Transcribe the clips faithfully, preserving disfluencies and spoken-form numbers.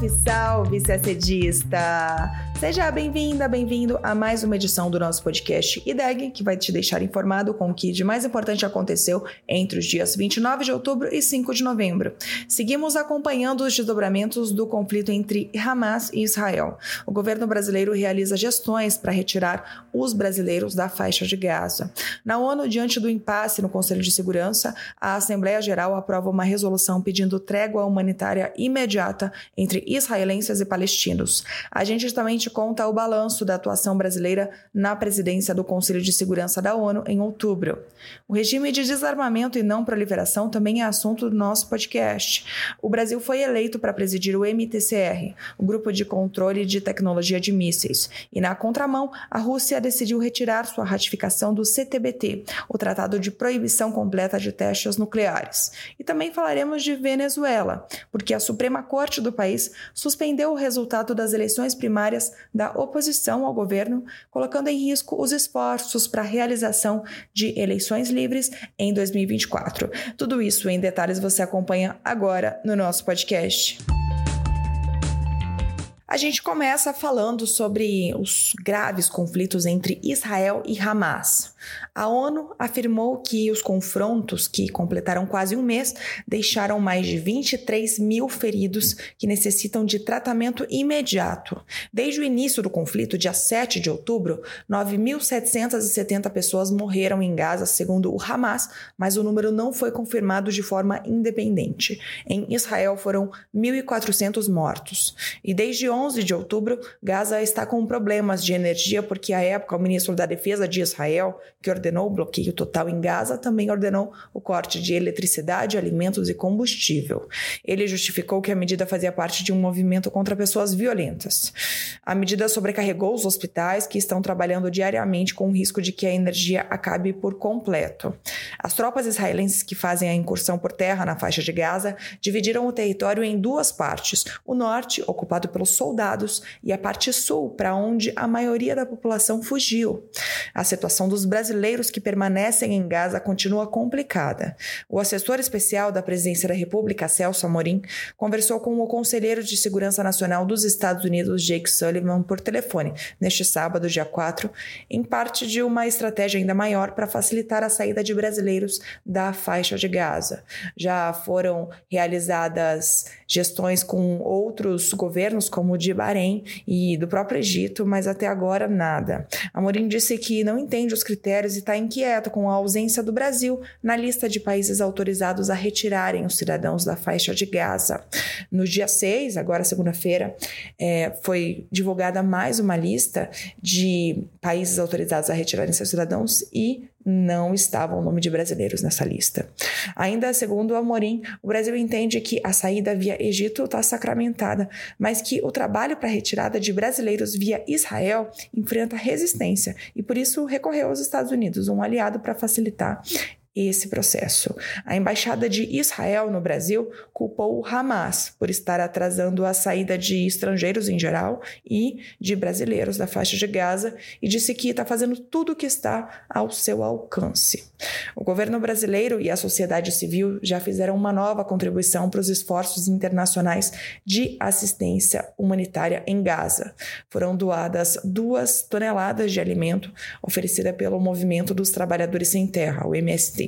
Salve, salve, CACDista! Seja bem-vinda, bem-vindo a mais uma edição do nosso podcast I D E G, que vai te deixar informado com o que de mais importante aconteceu entre os dias vinte e nove de outubro e cinco de novembro. Seguimos acompanhando os desdobramentos do conflito entre Hamas e Israel. O governo brasileiro realiza gestões para retirar os brasileiros da faixa de Gaza. Na ONU, diante do impasse no Conselho de Segurança, a Assembleia Geral aprova uma resolução pedindo trégua humanitária imediata entre israelenses e palestinos. A gente também te conta o balanço da atuação brasileira na presidência do Conselho de Segurança da ONU em outubro. O regime de desarmamento e não proliferação também é assunto do nosso podcast. O Brasil foi eleito para presidir o M T C R, o Grupo de Controle de Tecnologia de Mísseis, e na contramão, a Rússia decidiu retirar sua ratificação do C T B T, o Tratado de Proibição Completa de Testes Nucleares. E também falaremos de Venezuela, porque a Suprema Corte do país suspendeu o resultado das eleições primárias da oposição ao governo, colocando em risco os esforços para a realização de eleições livres em dois mil e vinte e quatro. Tudo isso em detalhes você acompanha agora no nosso podcast. A gente começa falando sobre os graves conflitos entre Israel e Hamas. A ONU afirmou que os confrontos, que completaram quase um mês, deixaram mais de vinte e três mil feridos que necessitam de tratamento imediato. Desde o início do conflito, dia sete de outubro, nove mil setecentas e setenta pessoas morreram em Gaza, segundo o Hamas, mas o número não foi confirmado de forma independente. Em Israel foram mil e quatrocentos mortos. E desde onze de outubro, Gaza está com problemas de energia porque, à época, o ministro da Defesa de Israel, que ordenou o bloqueio total em Gaza, também ordenou o corte de eletricidade, alimentos e combustível. Ele justificou que a medida fazia parte de um movimento contra pessoas violentas. A medida sobrecarregou os hospitais, que estão trabalhando diariamente com o risco de que a energia acabe por completo. As tropas israelenses que fazem a incursão por terra na faixa de Gaza dividiram o território em duas partes: o norte, ocupado pelos soldados, e a parte sul, para onde a maioria da população fugiu. A situação dos brasileiros que permanecem em Gaza continua complicada. O assessor especial da Presidência da República, Celso Amorim, conversou com o conselheiro de Segurança Nacional dos Estados Unidos, Jake Sullivan, por telefone, neste sábado, dia quatro, em parte de uma estratégia ainda maior para facilitar a saída de brasileiros da faixa de Gaza. Já foram realizadas gestões com outros governos, como o de Bahrein e do próprio Egito, mas até agora nada. Amorim disse que não entende os critérios e está inquieto com a ausência do Brasil na lista de países autorizados a retirarem os cidadãos da faixa de Gaza. No dia seis, agora segunda-feira, é, foi divulgada mais uma lista de países autorizados a retirarem seus cidadãos e não estava o nome de brasileiros nessa lista. Ainda segundo o Amorim, o Brasil entende que a saída via Egito está sacramentada, mas que o trabalho para a retirada de brasileiros via Israel enfrenta resistência e por isso recorreu aos Estados Unidos, um aliado para facilitar esse processo. A Embaixada de Israel no Brasil culpou o Hamas por estar atrasando a saída de estrangeiros em geral e de brasileiros da faixa de Gaza e disse que está fazendo tudo o que está ao seu alcance. O governo brasileiro e a sociedade civil já fizeram uma nova contribuição para os esforços internacionais de assistência humanitária em Gaza. Foram doadas duas toneladas de alimento oferecida pelo Movimento dos Trabalhadores Sem Terra, o M S T.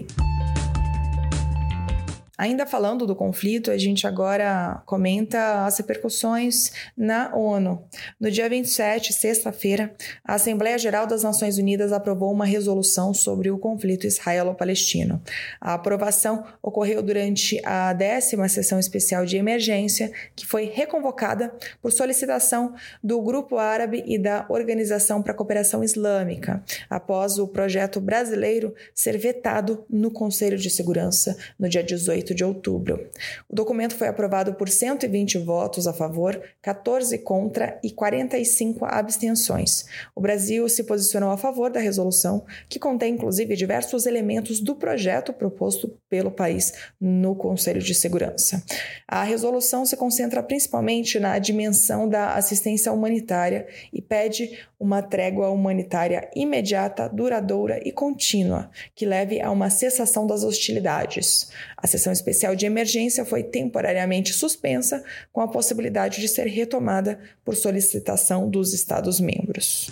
Ainda falando do conflito, a gente agora comenta as repercussões na ONU. No dia vinte e sete, sexta-feira, a Assembleia Geral das Nações Unidas aprovou uma resolução sobre o conflito israelo-palestino. A aprovação ocorreu durante a décima sessão especial de emergência, que foi reconvocada por solicitação do Grupo Árabe e da Organização para a Cooperação Islâmica, após o projeto brasileiro ser vetado no Conselho de Segurança no dia dezoito de outubro. O documento foi aprovado por cento e vinte votos a favor, quatorze contra e quarenta e cinco abstenções. O Brasil se posicionou a favor da resolução, que contém inclusive diversos elementos do projeto proposto pelo país no Conselho de Segurança. A resolução se concentra principalmente na dimensão da assistência humanitária e pede uma trégua humanitária imediata, duradoura e contínua, que leve a uma cessação das hostilidades. A sessão especial de emergência foi temporariamente suspensa, com a possibilidade de ser retomada por solicitação dos Estados-membros.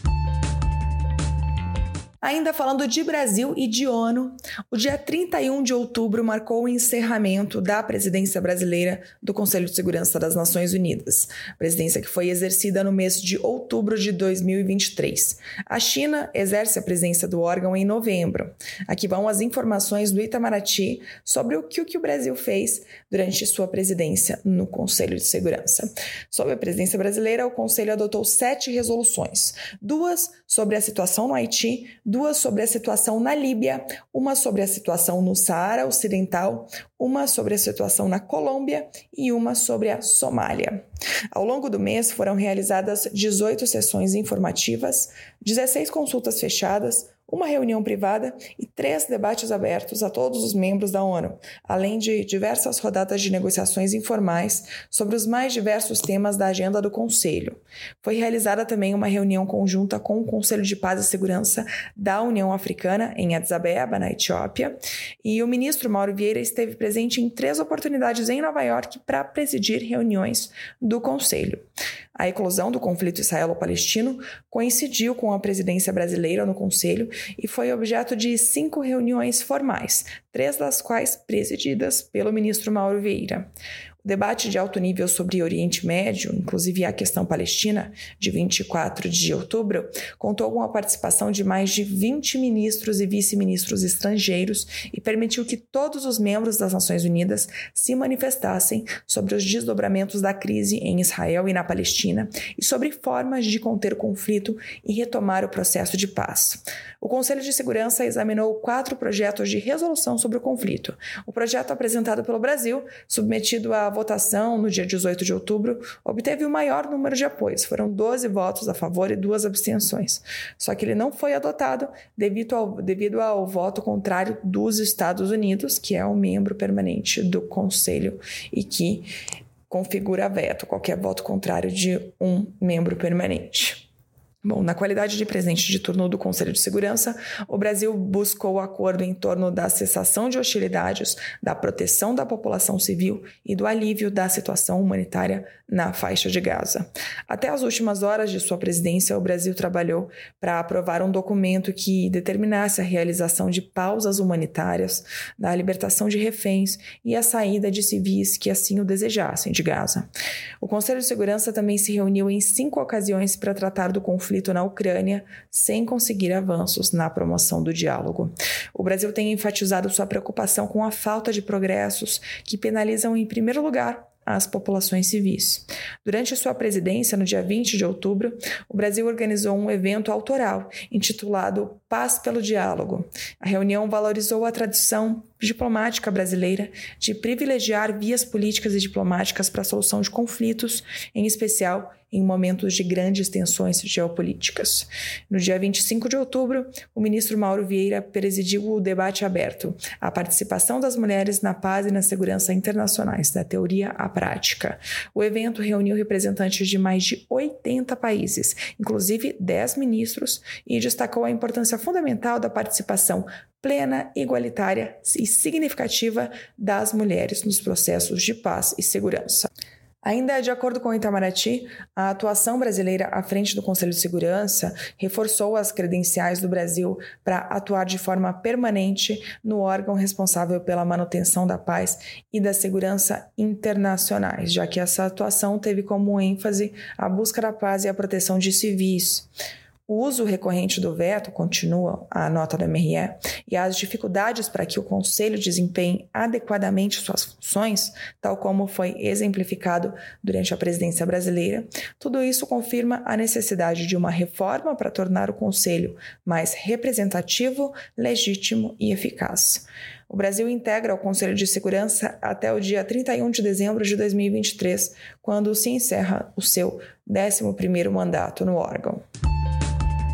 Ainda falando de Brasil e de ONU, o dia trinta e um de outubro marcou o encerramento da presidência brasileira do Conselho de Segurança das Nações Unidas, presidência que foi exercida no mês de outubro de dois mil e vinte e três. A China exerce a presidência do órgão em novembro. Aqui vão as informações do Itamaraty sobre o que o, que o Brasil fez durante sua presidência no Conselho de Segurança. Sob a presidência brasileira, o Conselho adotou sete resoluções, duas sobre a situação no Haiti, duas sobre a situação na Líbia, uma sobre a situação no Saara Ocidental, uma sobre a situação na Colômbia e uma sobre a Somália. Ao longo do mês foram realizadas dezoito sessões informativas, dezesseis consultas fechadas, uma reunião privada e três debates abertos a todos os membros da ONU, além de diversas rodadas de negociações informais sobre os mais diversos temas da agenda do Conselho. Foi realizada também uma reunião conjunta com o Conselho de Paz e Segurança da União Africana, em Addis Abeba, na Etiópia, e o ministro Mauro Vieira esteve presente em três oportunidades em Nova York para presidir reuniões do Conselho. A eclosão do conflito israelo-palestino coincidiu com a presidência brasileira no Conselho e foi objeto de cinco reuniões formais, três das quais presididas pelo ministro Mauro Vieira. O debate de alto nível sobre Oriente Médio, inclusive a questão palestina, de vinte e quatro de outubro, contou com a participação de mais de vinte ministros e vice-ministros estrangeiros e permitiu que todos os membros das Nações Unidas se manifestassem sobre os desdobramentos da crise em Israel e na Palestina e sobre formas de conter o conflito e retomar o processo de paz. O Conselho de Segurança examinou quatro projetos de resolução sobre o conflito. O projeto apresentado pelo Brasil, submetido à votação no dia dezoito de outubro, obteve o maior número de apoios. Foram doze votos a favor e duas abstenções. Só que ele não foi adotado devido ao, devido ao voto contrário dos Estados Unidos, que é um membro permanente do Conselho e que configura veto, qualquer voto contrário de um membro permanente. Bom, na qualidade de presidente de turno do Conselho de Segurança, o Brasil buscou acordo em torno da cessação de hostilidades, da proteção da população civil e do alívio da situação humanitária na faixa de Gaza. Até as últimas horas de sua presidência, o Brasil trabalhou para aprovar um documento que determinasse a realização de pausas humanitárias, da libertação de reféns e a saída de civis que assim o desejassem de Gaza. O Conselho de Segurança também se reuniu em cinco ocasiões para tratar do conflito na Ucrânia, sem conseguir avanços na promoção do diálogo. O Brasil tem enfatizado sua preocupação com a falta de progressos que penalizam, em primeiro lugar, as populações civis. Durante sua presidência, no dia vinte de outubro, o Brasil organizou um evento autoral intitulado Paz pelo Diálogo. A reunião valorizou a tradição diplomática brasileira de privilegiar vias políticas e diplomáticas para a solução de conflitos, em especial em momentos de grandes tensões geopolíticas. No dia vinte e cinco de outubro, o ministro Mauro Vieira presidiu o debate aberto, a participação das mulheres na paz e na segurança internacionais, da teoria à prática. O evento reuniu representantes de mais de oitenta países, inclusive dez ministros, e destacou a importância fundamental da participação plena, igualitária e significativa das mulheres nos processos de paz e segurança. Ainda de acordo com o Itamaraty, a atuação brasileira à frente do Conselho de Segurança reforçou as credenciais do Brasil para atuar de forma permanente no órgão responsável pela manutenção da paz e da segurança internacionais, já que essa atuação teve como ênfase a busca da paz e a proteção de civis. O uso recorrente do veto, continua a nota do M R E, e as dificuldades para que o Conselho desempenhe adequadamente suas funções, tal como foi exemplificado durante a presidência brasileira, tudo isso confirma a necessidade de uma reforma para tornar o Conselho mais representativo, legítimo e eficaz. O Brasil integra o Conselho de Segurança até o dia trinta e um de dezembro de dois mil e vinte e três, quando se encerra o seu décimo primeiro mandato no órgão.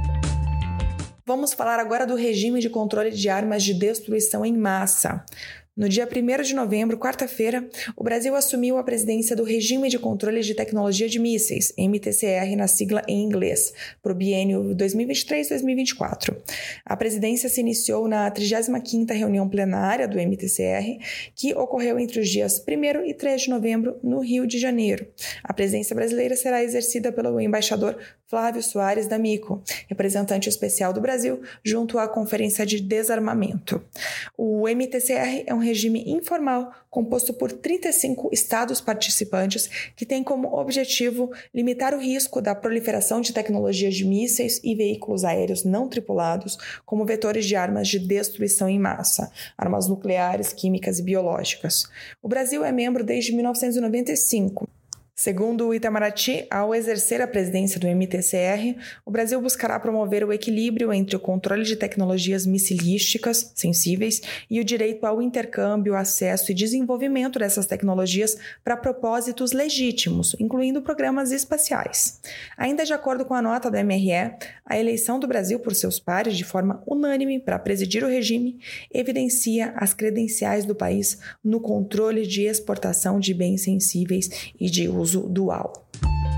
Vamos falar agora do regime de controle de armas de destruição em massa. No dia primeiro de novembro, quarta-feira, o Brasil assumiu a presidência do Regime de Controle de Tecnologia de Mísseis, M T C R na sigla em inglês, para o biênio dois mil e vinte e três a dois mil e vinte e quatro. A presidência se iniciou na trigésima quinta reunião plenária do M T C R, que ocorreu entre os dias primeiro e três de novembro, no Rio de Janeiro. A presidência brasileira será exercida pelo embaixador Flávio Soares D'Amico, representante especial do Brasil, junto à Conferência de Desarmamento. O M T C R é um regime informal composto por trinta e cinco estados participantes que tem como objetivo limitar o risco da proliferação de tecnologias de mísseis e veículos aéreos não tripulados como vetores de armas de destruição em massa, armas nucleares, químicas e biológicas. O Brasil é membro desde mil novecentos e noventa e cinco. Segundo o Itamaraty, ao exercer a presidência do M T C R, o Brasil buscará promover o equilíbrio entre o controle de tecnologias missilísticas sensíveis e o direito ao intercâmbio, acesso e desenvolvimento dessas tecnologias para propósitos legítimos, incluindo programas espaciais. Ainda de acordo com a nota da M R E, a eleição do Brasil por seus pares de forma unânime para presidir o regime evidencia as credenciais do país no controle de exportação de bens sensíveis e de uso dual.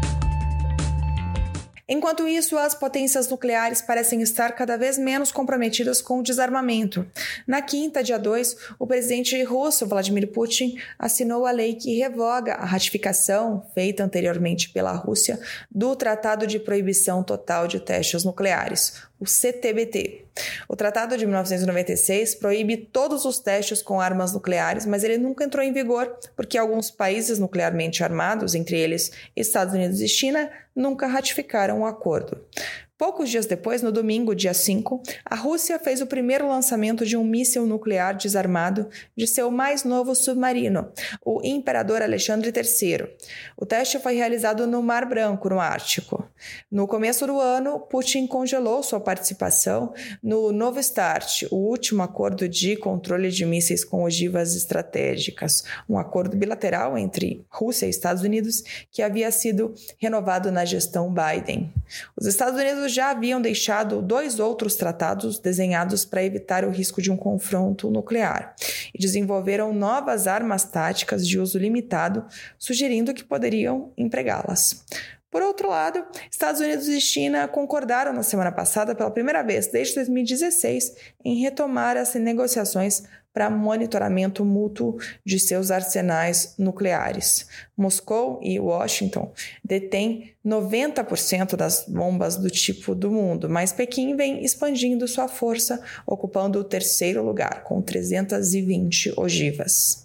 Enquanto isso, as potências nucleares parecem estar cada vez menos comprometidas com o desarmamento. Na quinta, dia dois, o presidente russo, Vladimir Putin, assinou a lei que revoga a ratificação, feita anteriormente pela Rússia, do Tratado de Proibição Total de Testes Nucleares, o C T B T. O Tratado de mil novecentos e noventa e seis proíbe todos os testes com armas nucleares, mas ele nunca entrou em vigor porque alguns países nuclearmente armados, entre eles Estados Unidos e China, nunca ratificaram o acordo. Poucos dias depois, no domingo, dia cinco, a Rússia fez o primeiro lançamento de um míssil nuclear desarmado de seu mais novo submarino, o Imperador Alexandre terceiro. O teste foi realizado no Mar Branco, no Ártico. No começo do ano, Putin congelou sua participação no Novo START, o último acordo de controle de mísseis com ogivas estratégicas, um acordo bilateral entre Rússia e Estados Unidos que havia sido renovado na gestão Biden. Os Estados Unidos já haviam deixado dois outros tratados desenhados para evitar o risco de um confronto nuclear e desenvolveram novas armas táticas de uso limitado, sugerindo que poderiam empregá-las. Por outro lado, Estados Unidos e China concordaram na semana passada, pela primeira vez desde dois mil e dezesseis, em retomar as negociações para monitoramento mútuo de seus arsenais nucleares. Moscou e Washington detêm noventa por cento das bombas do tipo do mundo, mas Pequim vem expandindo sua força, ocupando o terceiro lugar, com trezentas e vinte ogivas.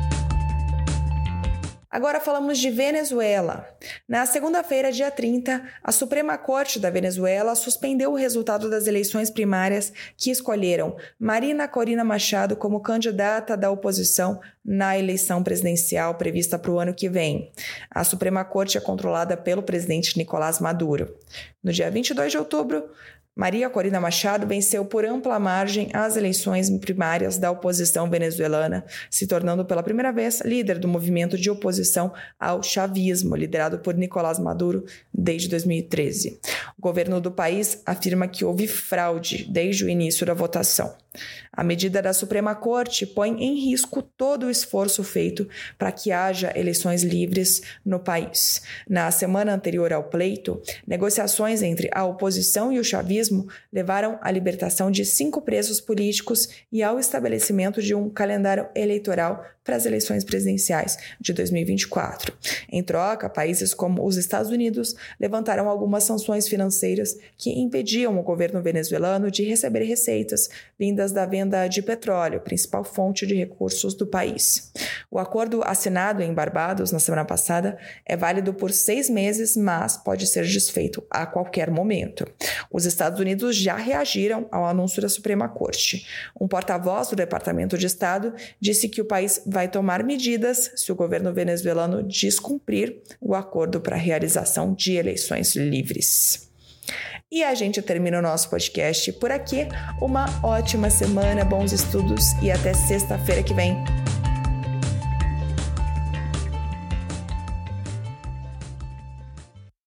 Agora falamos de Venezuela. Na segunda-feira, dia trinta, a Suprema Corte da Venezuela suspendeu o resultado das eleições primárias que escolheram Marina Corina Machado como candidata da oposição na eleição presidencial prevista para o ano que vem. A Suprema Corte é controlada pelo presidente Nicolás Maduro. No dia vinte e dois de outubro, Maria Corina Machado venceu por ampla margem as eleições primárias da oposição venezuelana, se tornando pela primeira vez líder do movimento de oposição ao chavismo, liderado por Nicolás Maduro desde dois mil e treze. O governo do país afirma que houve fraude desde o início da votação. A medida da Suprema Corte põe em risco todo o esforço feito para que haja eleições livres no país. Na semana anterior ao pleito, negociações entre a oposição e o chavismo levaram à libertação de cinco presos políticos e ao estabelecimento de um calendário eleitoral para as eleições presidenciais de dois mil e vinte e quatro. Em troca, países como os Estados Unidos levantaram algumas sanções financeiras que impediam o governo venezuelano de receber receitas vindas da venda de petróleo, principal fonte de recursos do país. O acordo assinado em Barbados na semana passada é válido por seis meses, mas pode ser desfeito a qualquer momento. Os Estados Unidos já reagiram ao anúncio da Suprema Corte. Um porta-voz do Departamento de Estado disse que o país vai tomar medidas se o governo venezuelano descumprir o acordo para a realização de eleições livres. E a gente termina o nosso podcast por aqui. Uma ótima semana, bons estudos e até sexta-feira que vem.